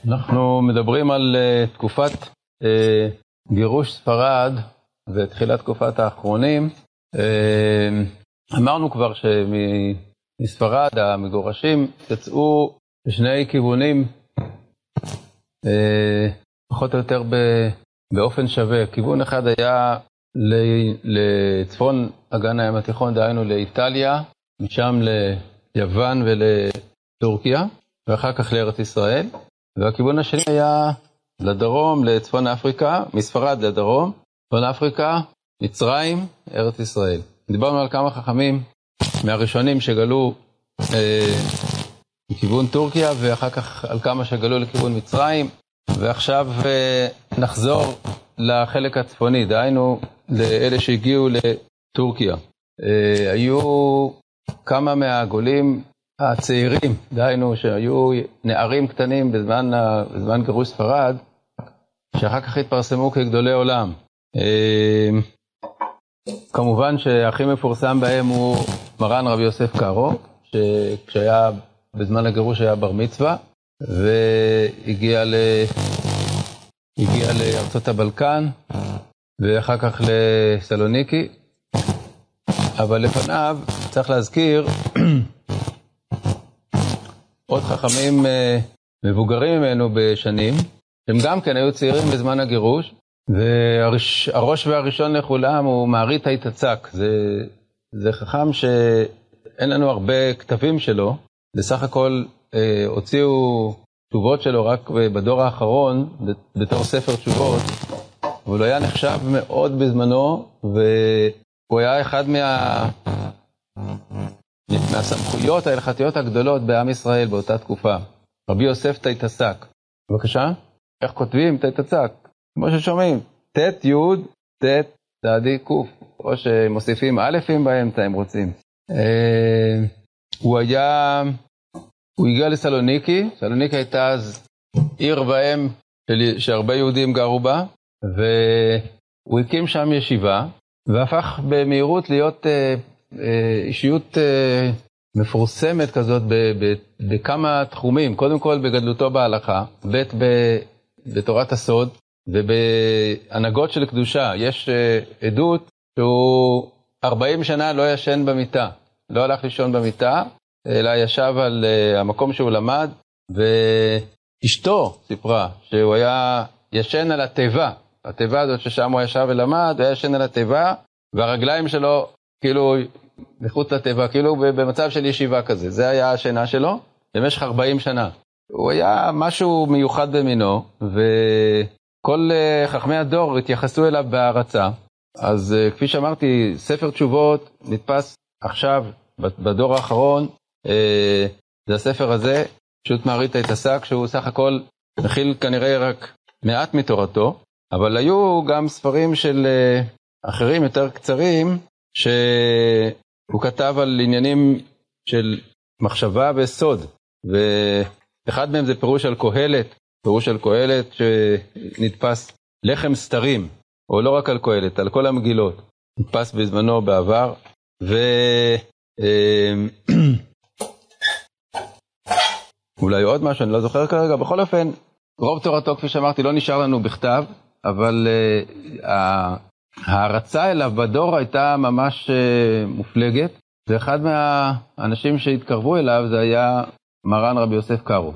אנחנו מדברים על תקופת גירוש ספרד ותחילת תקופת האחרונים. אמרנו כבר שמספרד המגורשים יצאו בשני כיוונים פחות או יותר באופן שווה. כיוון אחד היה לצפון אגן הים התיכון, דהיינו לאיטליה, משם ליוון ולטורקיה, ואחר כך לארץ ישראל. והכיוון השני היה לדרום, לצפון אפריקה, מספרד לדרום, צפון אפריקה, מצרים, ארץ ישראל. דיברנו על כמה חכמים מהראשונים שגלו לכיוון טורקיה, ואחר כך על כמה שגלו לכיוון מצרים, ועכשיו נחזור לחלק הצפוני, דהיינו לאלה שהגיעו לטורקיה. היו כמה מהגולים הצעירים, דהיינו שהיו נערים קטנים בזמן גירוש ספרד, שאחר כך התפרסמו כגדולי עולם. כמובן שהכי מפורסם בהם הוא מרן רבי יוסף קארו, שכשהיה בזמן הגירוש היה בר מצווה, והגיע לארצות הבלקן, ואחר כך לסלוניקי. אבל לפניו צריך להזכיר עוד חכמים מבוגרים ממנו בשנים, הם גם כן היו צעירים בזמן הגירוש, והראש והראשון לכולם הוא מערית היתצק. זה חכם שאין לנו הרבה כתבים שלו, בסך הכל הוציאו תשובות שלו רק בדור האחרון, בתור ספר תשובות, אבל הוא היה נחשב מאוד בזמנו, והוא היה אחד מהסמכויות ההלכתיות הגדולות בעם ישראל באותה תקופה. רבי יוסף תיתסק. בבקשה? איך כותבים תיתסק? כמו ששומעים, ת' י' ת' צדי ק', או שמוסיפים אלפים באמצע הם רוצים. הוא הגיע לסלוניקי. סלוניקי הייתה אז עיר בהם שהרבה יהודים גרו בה, והוא הקים שם ישיבה, והפך במהירות להיות אישיות מפורסמת כזאת בכמה תחומים. קודם כל בגדלותו בהלכה, ב' בתורת הסוד, ובהנהגות של קדושה. יש עדות שהוא 40 שנה לא ישן במיטה, לא הלך לישון במיטה, אלא ישב על המקום שהוא למד, ואשתו סיפרה שהוא היה ישן על התיבה. התיבה הזאת ששם הוא ישב ולמד, הוא היה ישן על התיבה, והרגליים שלו כאילו מחוץ לתיבה, כאילו במצב של ישיבה כזה. זה היה השינה שלו במשך 40 שנה. הוא היה משהו מיוחד במינו, וכל חכמי הדור התייחסו אליו בהערצה. אז כפי שאמרתי, ספר תשובות נתפס עכשיו בדור האחרון, זה הספר הזה, פשוט מערית היתסק, שהוא סך הכל מכיל כנראה רק מעט מתורתו, אבל היו גם ספרים של אחרים יותר קצרים, שהוא כתב על עניינים של מחשבה וסוד, ואחד מהם זה פירוש על קהלת, פירוש על קהלת שנתפס לחם סתרים, או לא רק על קהלת, על כל המגילות, נתפס בזמנו בעבר, אולי עוד משהו, אני לא זוכר כרגע. בכל אופן, רוב תורתו, כפי שאמרתי, לא נשאר לנו בכתב, אבל ההרצה אליו בדור הייתה ממש מופלגת, ואחד מהאנשים שהתקרבו אליו זה היה מרן רבי יוסף קארו.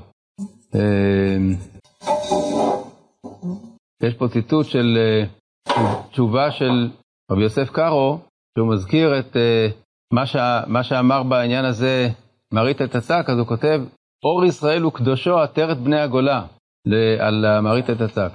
יש פה ציטוט של תשובה של רבי יוסף קארו, שהוא מזכיר את מה שאמר בעניין הזה מערית היתסק. אז הוא כותב, אור ישראל הוא קדושו עטרת בני הגולה, על מערית היתסק.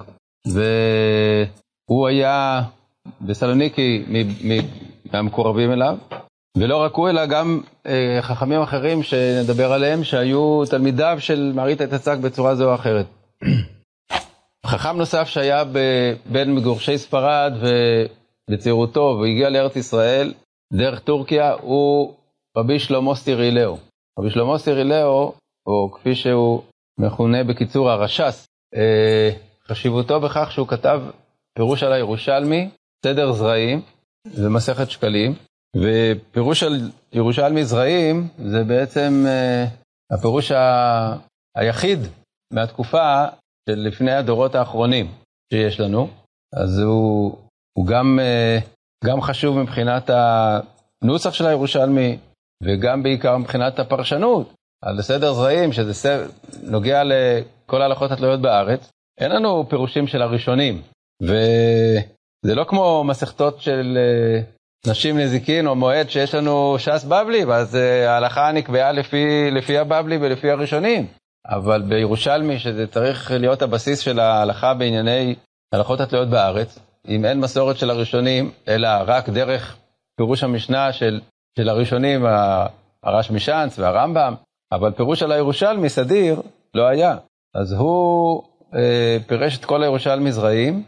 והוא היה בסלוניקי מהמקורבים אליו, ולא רק הוא אלא גם חכמים אחרים שנדבר עליהם, שהיו תלמידיו של מערית היתסק בצורה זו או אחרת. חכם נוסף שהיה בין מגורשי ספרד ובצעירותו והגיע לארץ ישראל דרך טורקיה, הוא רבי שלמה סירילאו. רבי שלמה סירילאו, או כפי שהוא מכונה בקיצור הרש"ס, חשיבותו בכך שהוא כתב פירוש על הירושלמי, סדר זרעים ומסכת שקלים, ופירוש על ירושלמי זרעים זה בעצם הפירוש היחיד מהתקופה של לפני הדורות האחרונים שיש לנו, אז הוא גם חשוב מבחינת הנוסח של הירושלמי, וגם בעיקר מבחינת הפרשנות, על סדר זרעים, שזה נוגע לכל ההלכות התלויות בארץ. אין לנו פירושים של הראשונים, וזה לא כמו מסכתות של נשים נזיקין או מועד שיש לנו ש"ס בבלי, ואז ההלכה נקבעה לפי הבבלי ולפי הראשונים. אבל בירושלמי, שזה צריך להיות הבסיס של ההלכה בענייני הלכות התלויות בארץ, אם אין מסורת של הראשונים, אלא רק דרך פירוש המשנה של הראשונים, הרש משאנץ והרמב"ם, אבל פירוש על הירושלמי סדיר לא היה. אז הוא פירש את כל הירושלמי זרעים,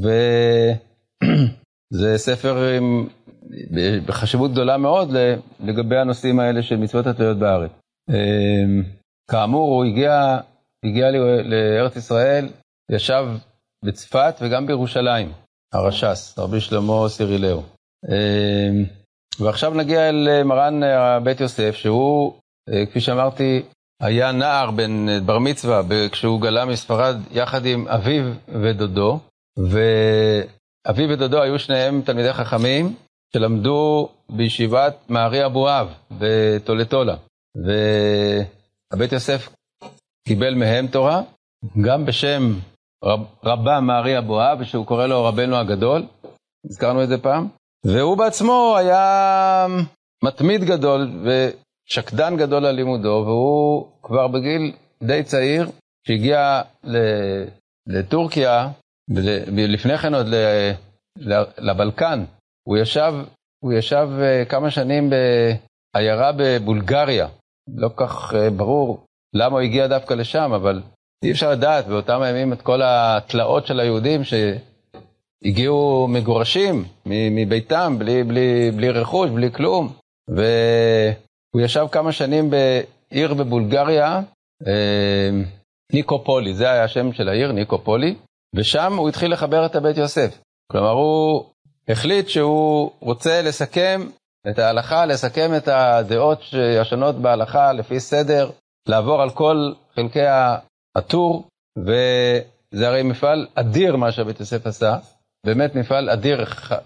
וזה ספר בחשיבות גדולה מאוד לגבי הנושאים האלה של מצוות התלויות בארץ. כאמור, הוא הגיע לארץ ישראל, ישב בצפת וגם בירושלים, הרש"ס, רבי שלמה סירילאו. ועכשיו נגיע אל מרן בית יוסף, שהוא, כפי שאמרתי, היה נער בן בר מצווה, כשהוא גלה מספרד יחד עם אביו ודודו, ואביו ודודו היו שניהם תלמידי חכמים, שלמדו בישיבת מערי אבואב בטולטולה, והבית יוסף קיבל מהם תורה, גם בשם רבם מערי אבואב, שהוא קורא לו רבנו הגדול, הזכרנו את זה פעם, והוא בעצמו היה מתמיד גדול ושקדן גדול על לימודו, והוא כבר בגיל די צעיר, שהגיע לטורקיה, לפני כן עוד לבלקן, הוא ישב כמה שנים בעיירה בבולגריה, לא כך ברור למה הוא הגיע דווקא לשם, אבל אי אפשר לדעת באותם הימים את כל התלאות של היהודים שהגיעו מגורשים מביתם, בלי רכוש, בלי כלום. והוא ישב כמה שנים בעיר בבולגריה, ניקופולי, זה היה השם של העיר, ניקופולי, ושם הוא התחיל לחבר את הבית יוסף. כלומר, הוא החליט שהוא רוצה לסכם את ההלכה, לסכם את הדעות השונות בהלכה לפי סדר, לעבור על כל חלקי הטור, וזה הרי מפעל אדיר מה שהבית יוסף עשה, באמת מפעל אדיר,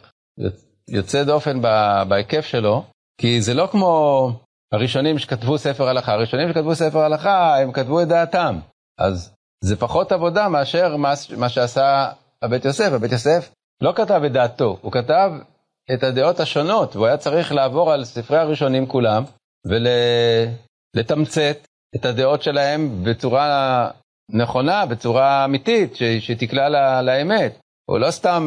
יוצא דופן בהיקף שלו, כי זה לא כמו הראשונים שכתבו ספר הלכה, הראשונים שכתבו ספר הלכה, הם כתבו את דעתם, אז זה פחות עבודה מאשר מה שעשה הבית יוסף. הבית יוסף לא כתב את דעתו, הוא כתב את הדעות השונות, והוא היה צריך לעבור על ספרי הראשונים כולם, ולתמצת את הדעות שלהם בצורה נכונה, בצורה אמיתית, שתקלה לאמת. הוא לא סתם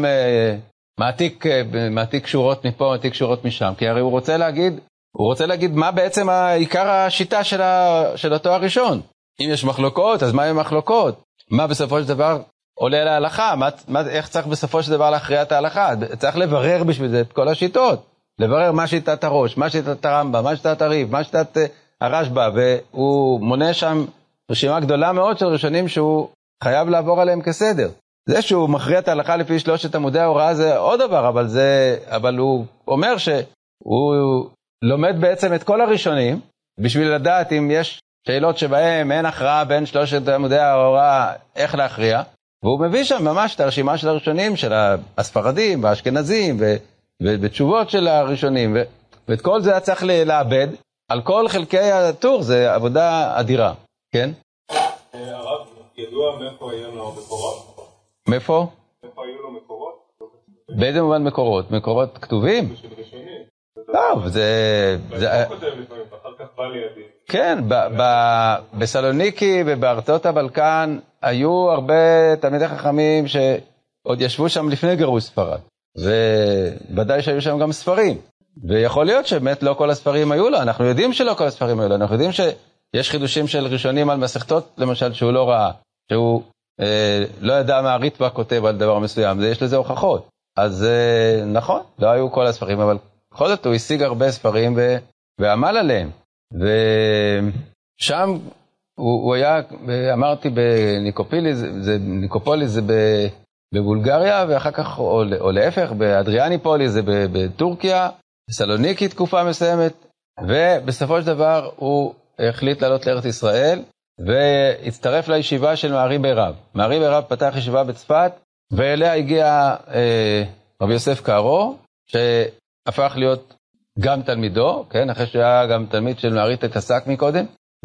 מעתיק שורות מפה, מעתיק שורות משם, כי הרי הוא רוצה להגיד מה בעצם העיקר השיטה של אותו הראשון. אם יש מחלוקות, אז מה עם מחלוקות? מה בסופו של דבר עולה להלכה? איך צריך בסופו של דבר להכריע את ההלכה? צריך לברר בשביל זה את כל השיטות. לברר מה שיטת הראש, מה שיטת הרמב"ם, מה שיטת הרי"ף, מה שיטת הרשב"א, והוא מונה שם רשימה גדולה מאוד של ראשונים שהוא חייב לעבור עליהם כסדר. זה שהוא מכריע את ההלכה לפי 3 עמודי ההוראה זה עוד דבר, אבל הוא אומר שהוא לומד בעצם את כל הראשונים, בשביל לדעת אם יש שאלות שבהם אין הכרעה בין 3 עמודי ההוראה, איך להכריע, והוא מביא שם ממש את הרשימה של הראשונים, של הספרדים והאשכנזים, ובתשובות של הראשונים, ואת כל זה היה צריך לעבד, על כל חלקי הטור, זה עבודה אדירה, כן? הרב, ידוע מאיפה היו לו מקורות? מאיפה? מאיפה היו לו מקורות? באיזה מובן מקורות? מקורות כתובים? בשביל ראשונים. טוב, זה... ואתה כותב לפעמים, אחר כך בא לידי. כן, בסלוניקי ובארצות הבלקן היו הרבה תלמידי חכמים שעוד ישבו שם לפני גירוש ספרד, וודאי שהיו שם גם ספרים, ויכול להיות שבאמת לא כל הספרים היו לו, אנחנו יודעים שלא כל הספרים היו לו, אנחנו יודעים שיש חידושים של ראשונים על מסכתות, למשל שהוא לא ראה, שהוא לא ידע מה הריטב"א כותב על דבר מסוים, יש לזה הוכחות, אז נכון, לא היו כל הספרים, אבל בכל זאת הוא השיג הרבה ספרים ועמל עליהם, ושם הוא היה, אמרתי ניקופוליס זה בבולגריה, ואחר כך, או להפך, באדריאניפוליס זה בטורקיה, בסלוניקי תקופה מסוימת, ובסופו של דבר הוא החליט לעלות לארץ ישראל, והצטרף לישיבה של מערי ברב. מערי ברב פתח ישיבה בצפת, ואליה הגיע רבי יוסף קארו, שהפך להיות גם תלמידו, כן, אחרי שהיה גם תלמיד של מערי תקסק מקודם,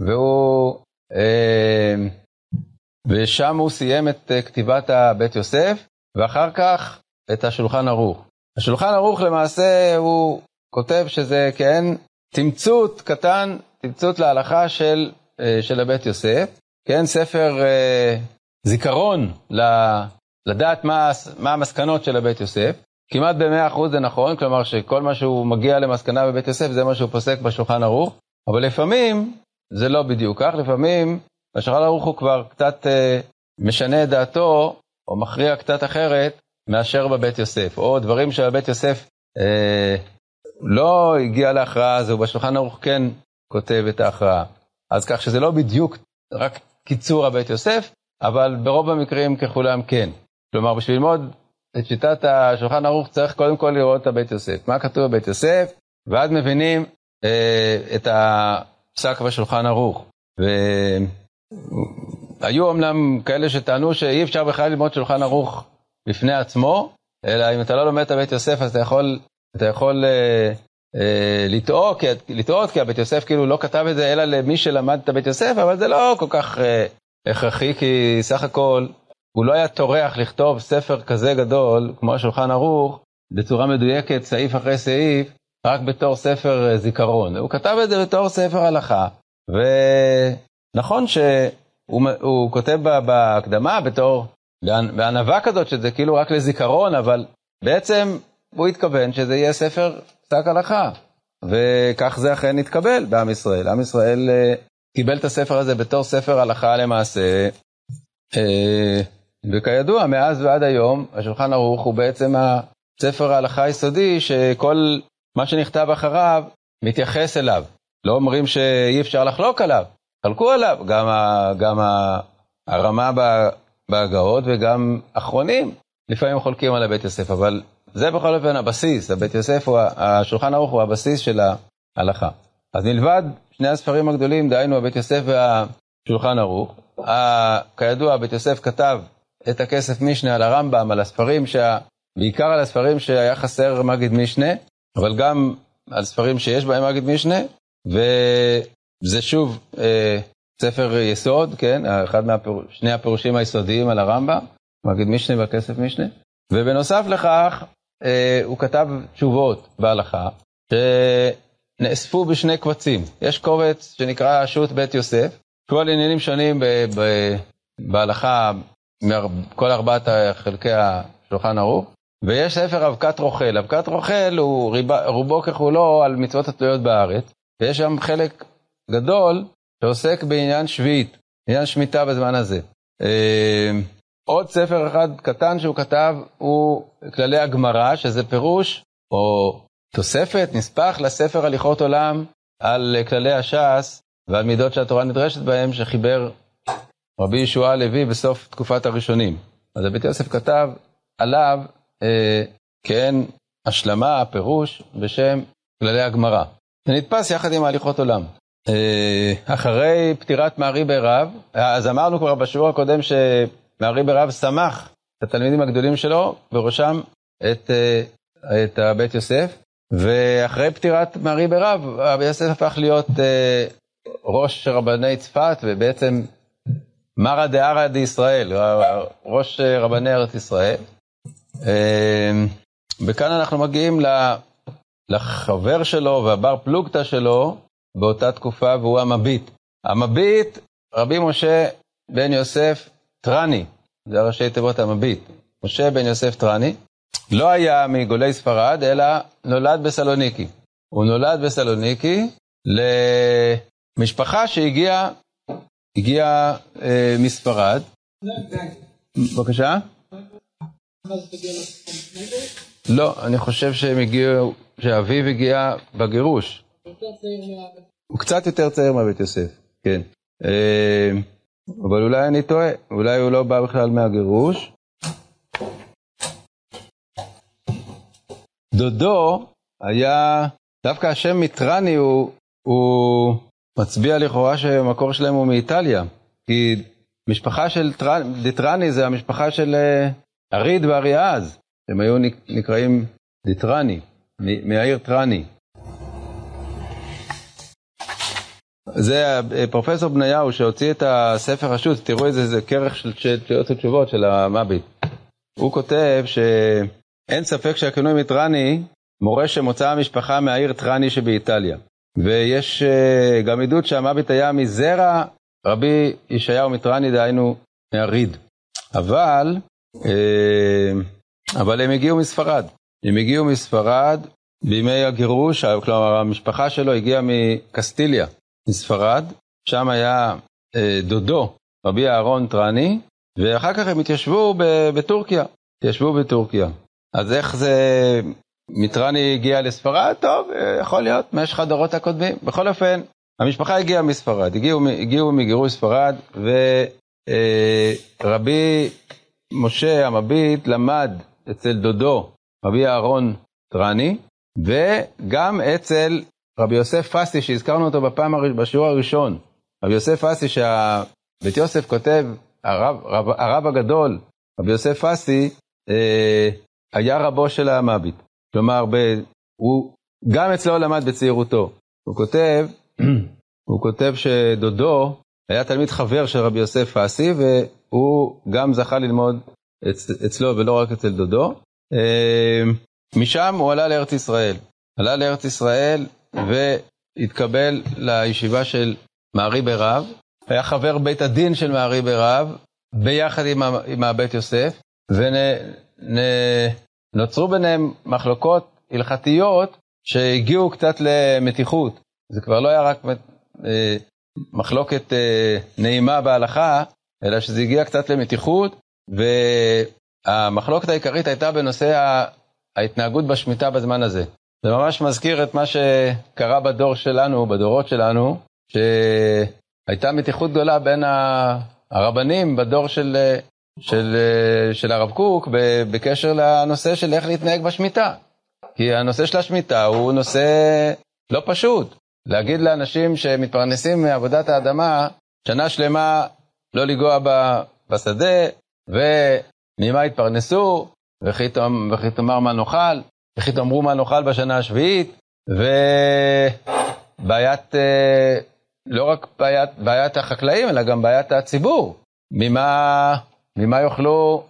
ושם הוא סיים את כתיבת בית יוסף, ואחר כך את השולחן ערוך. השולחן ערוך למעשה הוא כותב שזה כן תמצות קטן, תמצות להלכה של הבית יוסף, כן, ספר זיכרון לדעת מה המסקנות של הבית יוסף, כמעט ב100% זה נכון, כלומר שכל מה שהוא מגיע למסקנה בבית יוסף זה מה שהוא פוסק בשולחן ערוך, אבל לפעמים זה לא בדיוק כך, לפעמים בשולחן ערוך הוא כבר קצת משנה את דעתו, או מכריע קצת אחרת מאשר בבית יוסף, או דברים שבבית יוסף לא הגיע להכרעה, אז הוא בשולחן ערוך כן כותב את ההכרעה. אז כך שזה לא בדיוק רק קיצור הבית יוסף, אבל ברוב המקרים ככולם כן. כלומר, בשביל ללמוד את שיטת השולחן ערוך צריך קודם כל לראות את הבית יוסף. מה כתוב בבית יוסף? ואז מבינים את הפסק בשולחן ערוך. והיו אמנם כאלה שטענו שאי אפשר בכלל ללמוד שולחן ערוך בפני עצמו, אלא אם אתה לא לומד את הבית יוסף, אז אתה יכול לטעות, כי הבית יוסף כאילו לא כתב את זה אלא למי שלמד את הבית יוסף, אבל זה לא כל כך הכרחי, כי סך הכל הוא לא היה טורח לכתוב ספר כזה גדול כמו השולחן ערוך בצורה מדויקת, סעיף אחרי סעיף, רק בתור ספר זיכרון. הוא כתב את זה בתור ספר הלכה, ונכון שהוא כותב בהקדמה בתור בענווה כזאת שזה כאילו רק לזיכרון, אבל בעצם הוא התכוון שזה יהיה ספר פסק הלכה, וכך זה אכן התקבל בעם ישראל. עם ישראל קיבל את הספר הזה בתור ספר הלכה למעשה, וכידוע מאז ועד היום השולחן ערוך הוא בעצם הספר ההלכה היסודי שכל מה שנכתב אחריו מתייחס אליו. לא אומרים שאי אפשר לחלוק עליו, חלקו עליו, גם הרמה בהגאות וגם אחרונים לפעמים חולקים על הבית יוסף, אבל זה בכל אופן הבסיס. הבית יוסף השולחן ערוך הוא הבסיס של ההלכה. אז נלבד שני הספרים הגדולים, דהיינו הבית יוסף והשולחן ערוך, כידוע בית יוסף כתב את הכסף משנה על הרמב"ם, על הספרים בעיקר על הספרים שהיה חסר מגיד משנה, אבל גם על ספרים שיש בהם מגיד משנה, וזה שוב ספר יסוד, כן, שני הפירושים היסודיים על הרמב"ם, מגיד משנה והכסף משנה. ובנוסף לכך הוא כתב תשובות בהלכה שנאספו בשני קבצים. יש קובץ שנקרא שו"ת בית יוסף, כל עניינים שונים בהלכה מכל ארבעת חלקי השולחן ערוך, ויש ספר אבקת רוכל. אבקת רוכל הוא רובו ככולו על מצוות התלויות בארץ, ויש שם חלק גדול שעוסק בעניין שביעית, עניין שמיטה בזמן הזה. עוד ספר אחד קטן שהוא כתב הוא כללי הגמרא, שזה פירוש או תוספת, נספח לספר הליכות עולם על כללי הש"ס ועל מידות שהתורה נדרשת בהם, שחיבר רבי ישוע הלוי בסוף תקופת הראשונים. אז בית יוסף כתב עליו כן השלמה, פירוש בשם כללי הגמרא. זה נתפס יחד עם הליכות עולם. אחרי פטירת מערי ברב, אז אמרנו כבר בשיעור הקודם שמערי ברב שמח את התלמידים הגדולים שלו, בראשם את בית יוסף, ואחרי פטירת מערי ברב, בית יוסף הפך להיות ראש רבני צפת, ובעצם מרא דארעא דישראל, ראש רבני ארץ ישראל. וכאן אנחנו מגיעים לחבר שלו והבר פלוגתא שלו באותה תקופה, והוא המביט. המביט, רבי משה בן יוסף טרני, זה הראשי תיבות המביט. משה בן יוסף טרני, לא היה מגולי ספרד, אלא נולד בסלוניקי. הוא נולד בסלוניקי למשפחה שהגיעה מספרד. בבקשה? לא, אני חושב שאביו הגיע בגירוש. הוא קצת יותר צעיר מהבית יוסף, כן. אבל אולי אני טועה, אולי הוא לא בא בכלל מהגירוש. דודו היה, דווקא השם מיטרני הוא מצביע לכאורה שהמקור שלהם הוא מאיטליה. כי משפחה של דיטרני זה המשפחה של אריד ואריאז, הם היו נקראים דיטרני, מהעיר טרני. זה פרופסור בניהו שהוציא את הספר השו"ת, תראו איזה כרך של שאלות ותשובות של המביט. הוא כותב שאין ספק שהכינוי מטרני מורה שמוצא המשפחה מהעיר טרני שבאיטליה. ויש גם עדות שהמביט היה מזרע רבי ישעיהו מטרני, דהיינו מהריד. אבל הם הגיעו מספרד. הם הגיעו מספרד בימי הגירוש, כלומר המשפחה שלו הגיעה מקסטיליה, מספרד. שם היה דודו, רבי אהרון טרני, ואחר כך הם התיישבו בטורקיה. אז איך זה מטרני הגיע לספרד? טוב, יכול להיות, משך הדורות הקודמים. בכל אופן, המשפחה הגיעה מספרד, הגיעו מגירוש ספרד, ורבי משה המביט למד אצל דודו, רבי אהרון טרני, וגם אצל רבי יוסף פסי, שהזכרנו אותו בשיעור הראשון. רבי יוסף פסי, שבית יוסף כותב, הרב הגדול, רבי יוסף פסי, היה רבו של המביט. כלומר, הוא גם אצלו למד בצעירותו. הוא כותב שדודו היה תלמיד חבר של רבי יוסף פסי, והוא גם זכה ללמוד אצלו ולא רק אצל דודו. משם הוא עלה לארץ ישראל, והתקבל לישיבה של מערי ברב. היה חבר בית הדין של מערי ברב, ביחד עם הבית יוסף, ונוצרו ביניהם מחלוקות הלכתיות שהגיעו קצת למתיחות. זה כבר לא היה רק מחלוקת נעימה בהלכה, אלא שזה הגיע קצת למתיחות, והמחלוקת העיקרית הייתה בנושא ההתנהגות בשמיטה בזמן הזה. זה ממש מזכיר את מה שקרה בדורות שלנו, שהייתה מתיחות גדולה בין הרבנים בדור של הרב קוק, בקשר לנושא של איך להתנהג בשמיטה. כי הנושא של השמיטה הוא נושא לא פשוט. להגיד לאנשים שמתפרנסים מעבודת האדמה, שנה שלמה לא לגוע בשדה, וממה התפרנסו, וכי תאמר מה נאכל, וכי תאמרו מה נאכל בשנה השביעית, ובעיית, לא רק בעיית החקלאים, אלא גם בעיית הציבור. ממה יאכלו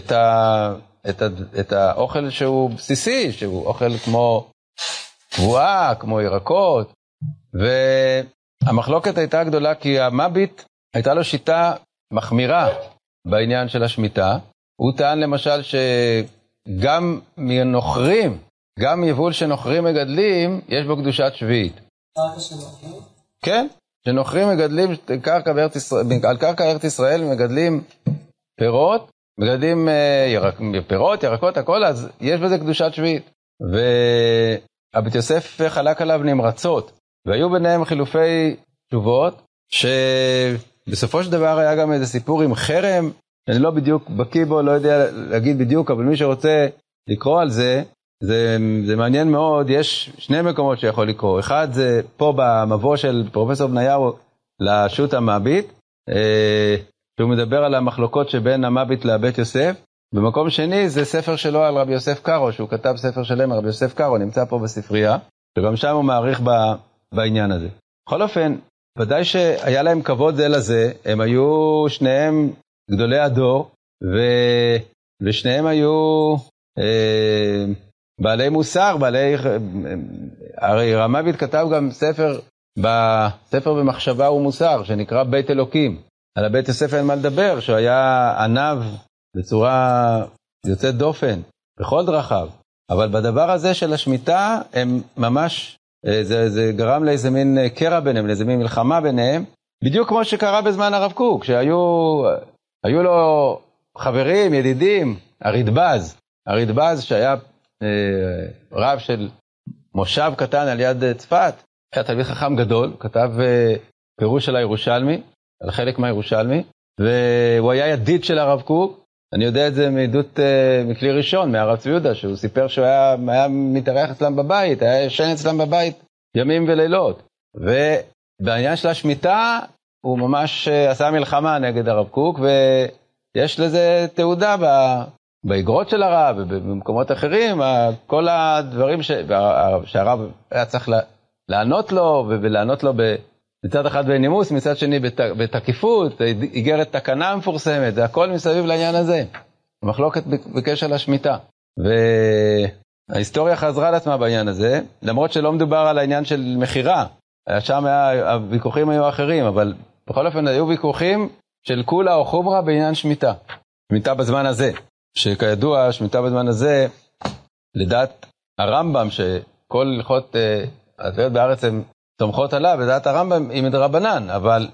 את האוכל שהוא בסיסי, שהוא אוכל כמו תבואה, כמו ירקות. והמחלוקת הייתה גדולה כי המביט הייתה לו שיטה מחמירה בעניין של השמיטה. הוא טען למשל שגם מנוכרים, גם יבול שנוכרים מגדלים, יש בו קדושת שביעית. כן, שנוכרים מגדלים על קרקע ארץ ישראל, מגדלים פירות, מגדלים פירות, ירקות, הכל, אז יש בזה קדושת שביעית. והבית יוסף חלק עליו נמרצות, והיו ביניהם חילופי תשובות, שבסופו של דבר היה גם איזה סיפור עם חרם, אני לא בדיוק בקיא בו, לא יודע להגיד בדיוק, אבל מי שרוצה לקרוא על זה, זה מעניין מאוד. יש שני מקומות שיכול לקרוא. אחד זה פה במבוא של פרופסור בניהו לשו"ת המביט, שהוא מדבר על המחלוקות שבין המביט לבית יוסף. במקום שני זה ספר שלו על רבי יוסף קארו, שהוא כתב ספר שלם על רבי יוסף קארו, נמצא פה בספרייה, וגם שם הוא מעריך בעניין הזה. בכל אופן, ודאי שהיה להם כבוד זה לזה, הם היו שניהם גדולי הדור, ושניהם היו בעלי מוסר, הרי המביט כתב גם ספר במחשבה ומוסר, שנקרא בית אלוקים. על הבית יוסף אין מה לדבר, שהוא היה ענב בצורה יוצאת דופן, בכל דרכיו. אבל בדבר הזה של השמיטה, הם ממש, זה גרם לאיזה מין קרע ביניהם, לאיזה מין מלחמה ביניהם, בדיוק כמו שקרה בזמן הרב קוק, שהיו לו חברים, ידידים, הרדב"ז שהיה רב של מושב קטן על יד צפת, היה תלמיד חכם גדול, כתב פירוש על הירושלמי, על חלק מהירושלמי, והוא היה ידיד של הרב קוק. אני יודע את זה מעדות מכלי ראשון, מהרב צבי יהודה, שהוא סיפר שהוא היה מתארח אצלם בבית, היה ישן אצלם בבית ימים ולילות. ובעניין של השמיטה, הוא ממש עשה מלחמה נגד הרב קוק, ויש לזה תעודה באגרות של הרב ובמקומות אחרים, כל הדברים שהרב היה צריך לענות לו, ולענות לו מצד אחד בנימוס, מצד שני בתקיפות, איגרת תקנה מפורסמת, זה הכל מסביב לעניין הזה. המחלוקת בקשר לשמיטה. וההיסטוריה חזרה לעצמה בעניין הזה, למרות שלא מדובר על העניין של מחירה, שם הוויכוחים היו אחרים, אבל בכל אופן היו ויכוחים של כולה או חומרה בעניין שמיטה. שמיטה בזמן הזה, שכידוע שמיטה בזמן הזה, לדעת הרמב"ם, שכל הלכות התביעות בארץ הן תומכות עליו, לדעת הרמב"ם היא מדרבנן, אבל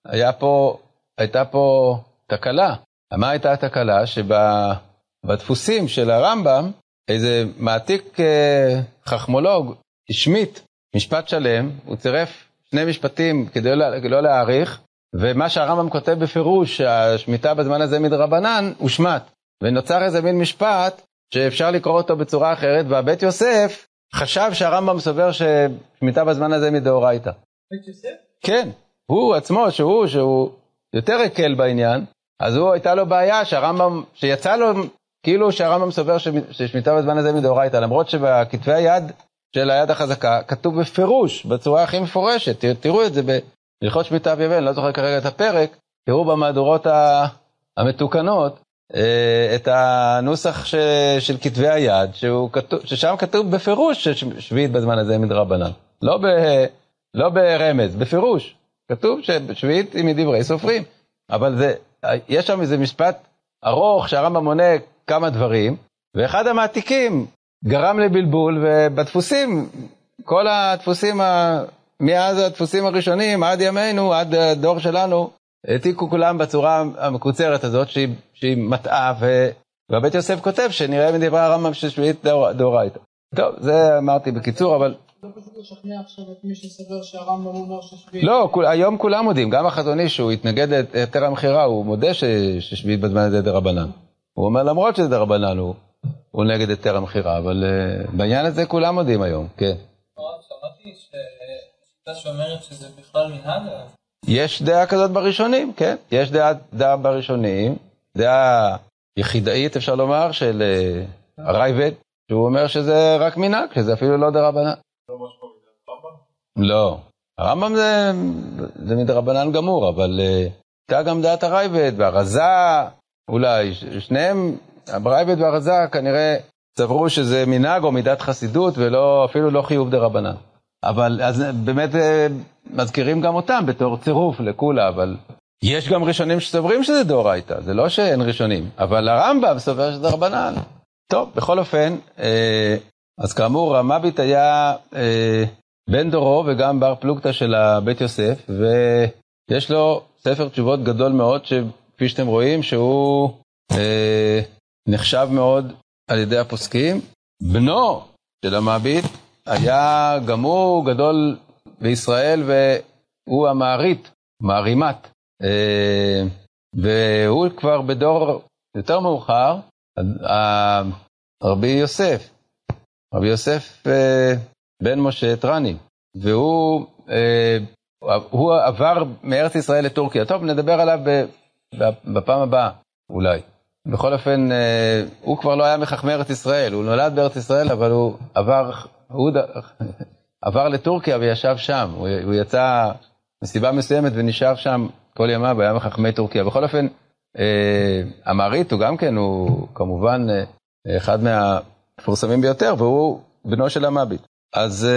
הייתה פה תקלה. מה הייתה התקלה? שבדפוסים של הרמב"ם, איזה מעתיק חכמולוג השמיט משפט שלם, הוא צירף שני משפטים כדי לא להאריך, ומה שהרמב"ם כותב בפירוש, השמיטה בזמן הזה מדרבנן, הוא שמט. ונוצר איזה מין משפט שאפשר לקרוא אותו בצורה אחרת, והבית יוסף חשב שהרמב"ם סובר ששמיטה בזמן הזה מדאורייתא. בית יוסף? כן, הוא עצמו, שהוא יותר הקל בעניין, אז הייתה לו בעיה שהרמב"ם, שיצא לו כאילו שהרמב"ם סובר ששמיטה בזמן הזה מדאורייתא, למרות שבכתבי היד של היד החזקה כתוב בפירוש, בצורה הכי מפורשת, תראו את זה בהלכות שמיטה ביובל, לא זוכר כרגע את הפרק, תראו במהדורות המתוקנות, את הנוסח של כתבי היד, ששם כתוב בפירוש ששביעית בזמן הזה מדרבנן. לא ברמז, בפירוש. כתוב ששביעית היא מדברי סופרים. אבל יש שם איזה משפט ארוך שהרמב"ם מונה כמה דברים, ואחד המעתיקים גרם לבלבול, ובדפוסים, כל הדפוסים, מאז הדפוסים הראשונים, עד ימינו, עד הדור שלנו, העתיקו כולם בצורה המקוצרת הזאת, שהיא מטעה, והבית יוסף כותב שנראה מדברי הרמב"ם ששביעית דאורייתא. טוב, זה אמרתי בקיצור, אבל... לא פשוט לשכנע עכשיו את מי שסבר שהרמב"ם אומר ששביעית... לא, היום כולם מודים, גם החזון איש, שהוא התנגד ליתר המכירה, הוא מודה ששביעית בזמן הזה דרבנן. הוא אומר למרות שזה דרבנן, הוא נגד היתר המכירה, אבל בעניין הזה כולם מודים היום, כן. שמעתי שיטה שאומרת שזה בכלל מנהג. יש דעה כזאת בראשונים, כן. יש דעה בראשונים, דעה יחידאית אפשר לומר, של הרייבד, שהוא אומר שזה רק מנהג, שזה אפילו לא דרבנן. לא. הרמב"ם זה מדרבנן גמור, אבל הייתה גם דעת הרייבד והרזה, אולי שניהם, הרייבד והרזה כנראה סברו שזה מנהג או מידת חסידות, ואפילו לא חיוב דרבנן. אבל אז באמת מזכירים גם אותם בתור צירוף לכולה, אבל יש גם ראשונים שסוברים שזה דאורייתא, זה לא שאין ראשונים, אבל הרמב"ם סובר שזה דרבנן. טוב, בכל אופן, אז כאמור, המביט היה בן דורו וגם בר פלוגתא של הבית יוסף, ויש לו ספר תשובות גדול מאוד, שכפי שאתם רואים, שהוא נחשב מאוד על ידי הפוסקים. בנו של המביט היה גם הוא גדול בישראל, והוא מערימת, והוא כבר בדור יותר מאוחר, רבי יוסף בן משה טרני, והוא עבר מארץ ישראל לטורקיה. טוב, נדבר עליו בפעם הבאה אולי. בכל אופן, הוא כבר לא היה מחכמי ארץ ישראל, הוא נולד בארץ ישראל, אבל הוא עבר לטורקיה וישב שם. הוא יצא מסיבה מסוימת ונשאר שם כל ימיו, היה מחכמי טורקיה. בכל אופן, המעריט הוא גם כן, הוא כמובן אחד מהמפורסמים ביותר, והוא בנו של המביט. אז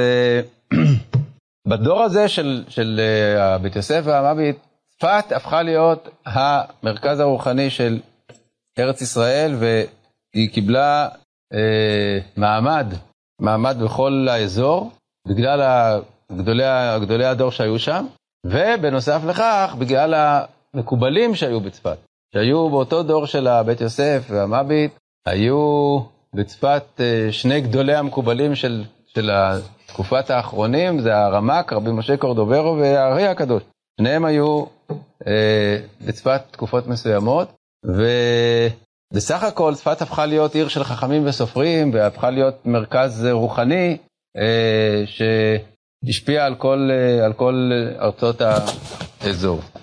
בדור הזה של הבית יוסף והמביט, צפת הפכה להיות המרכז הרוחני של ארץ ישראל, והיא קיבלה מעמד בכל האזור, בגלל גדולי הדור שהיו שם, ובנוסף לכך, בגלל המקובלים שהיו בצפת, שהיו באותו דור של הבית יוסף והמביט, היו בצפת שני גדולי המקובלים של התקופת האחרונים, זה הרמ"ק, רבי משה קורדוברו והארי הקדוש. שניהם היו בצפת תקופות מסוימות, ובסך הכל צפת הפכה להיות עיר של חכמים וסופרים, והפכה להיות מרכז רוחני שהשפיע על כל ארצות האזור.